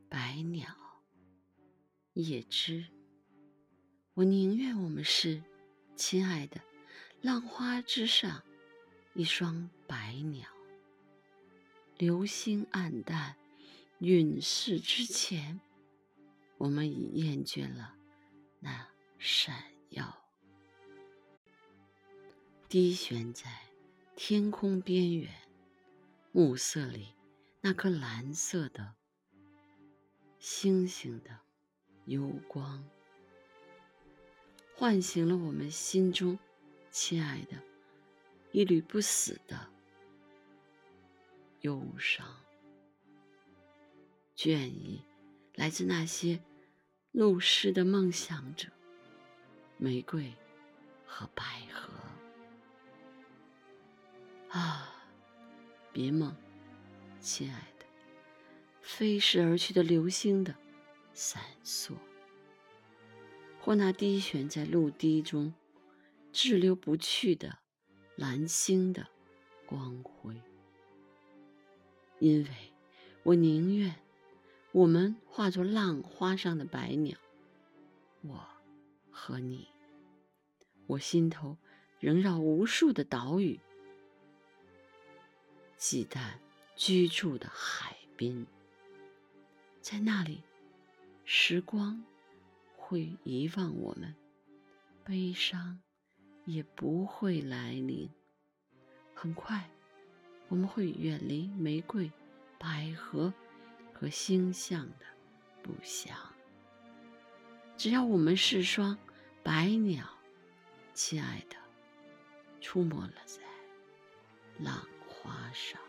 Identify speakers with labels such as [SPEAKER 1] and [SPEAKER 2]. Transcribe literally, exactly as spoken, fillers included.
[SPEAKER 1] 百鸟，叶知。我宁愿我们是，亲爱的，浪花之上一双白鸟。流星暗淡，陨石之前，我们已厌倦了那闪耀。低悬在天空边缘，暮色里那颗蓝色的星星的幽光，唤醒了我们心中，亲爱的，一缕不死的忧伤。倦意来自那些露湿的梦想者，玫瑰和百合。啊，别梦，亲爱的，飞逝而去的流星的闪烁，或那低悬在陆地中滞留不去的蓝星的光辉。因为我宁愿我们化作浪花上的白鸟，我和你，我心头仍绕无数的岛屿，忌惮居住的海滨。在那里，时光会遗忘我们，悲伤也不会来临。很快，我们会远离玫瑰、百合和星象的不祥。只要我们是双白鸟，亲爱的，出没了在浪花上。